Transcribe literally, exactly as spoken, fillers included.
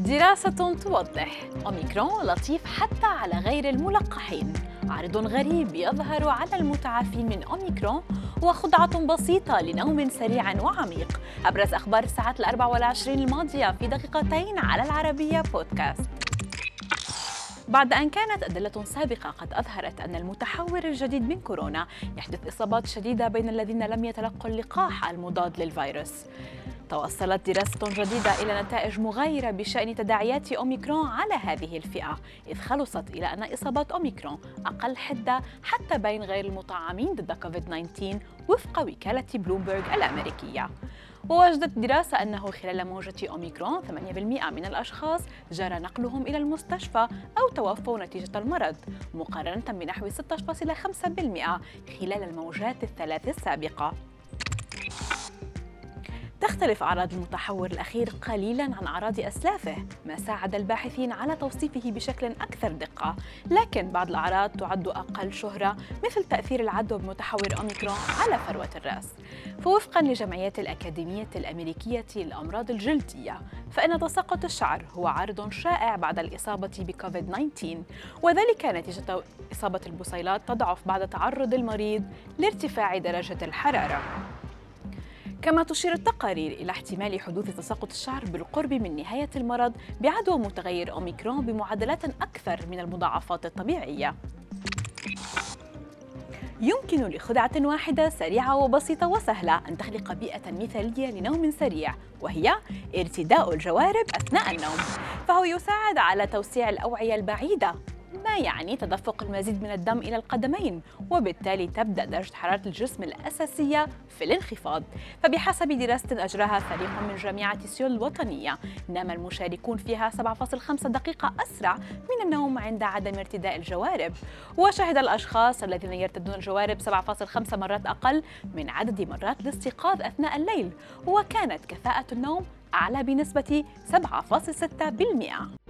دراسة توضح أوميكرون لطيف حتى على غير الملقحين. عرض غريب يظهر على المتعافين من أوميكرون وخدعة بسيطة لنوم سريع وعميق. أبرز أخبار الساعات الأربع والعشرين الماضية في دقيقتين على العربية بودكاست. بعد أن كانت أدلة سابقة قد أظهرت أن المتحور الجديد من كورونا يحدث إصابات شديدة بين الذين لم يتلقوا اللقاح المضاد للفيروس، توصلت دراسة جديدة إلى نتائج مغايرة بشأن تداعيات أوميكرون على هذه الفئة، إذ خلصت إلى أن إصابات أوميكرون أقل حدة حتى بين غير المطعمين ضد كوفيد تسعة عشر وفق وكالة بلومبرغ الأمريكية. ووجدت دراسة أنه خلال موجة أوميكرون ثمانية بالمئة من الأشخاص جرى نقلهم إلى المستشفى أو توفوا نتيجة المرض، مقارنة بنحو ستة عشر فاصلة خمسة بالمئة خلال الموجات الثلاث السابقة. تختلف أعراض المتحور الأخير قليلاً عن أعراض أسلافه، ما ساعد الباحثين على توصيفه بشكل أكثر دقة، لكن بعض الأعراض تعد أقل شهرة مثل تأثير العدوى بمتحور أوميكرون على فروة الرأس. فوفقاً لجمعية الأكاديمية الأمريكية للأمراض الجلدية، فإن تساقط الشعر هو عرض شائع بعد الإصابة بكوفيد تسعة عشر، وذلك نتيجة إصابة البصيلات تضعف بعد تعرض المريض لارتفاع درجة الحرارة. كما تشير التقارير إلى احتمال حدوث تساقط الشعر بالقرب من نهاية المرض بعدوى متغير أوميكرون بمعدلات أكثر من المضاعفات الطبيعية. يمكن لخدعة واحدة سريعة وبسيطة وسهلة أن تخلق بيئة مثالية لنوم سريع، وهي ارتداء الجوارب أثناء النوم، فهو يساعد على توسيع الأوعية البعيدة، ما يعني تدفق المزيد من الدم إلى القدمين، وبالتالي تبدأ درجة حرارة الجسم الأساسية في الانخفاض. فبحسب دراسة أجراها فريق من جامعة سيول الوطنية، نام المشاركون فيها سبعة فاصلة خمسة دقيقة أسرع من النوم عند عدم ارتداء الجوارب، وشهد الأشخاص الذين يرتدون الجوارب سبعة فاصلة خمسة مرات أقل من عدد مرات الاستيقاظ أثناء الليل، وكانت كفاءة النوم أعلى بنسبة سبعة فاصلة ستة بالمئة.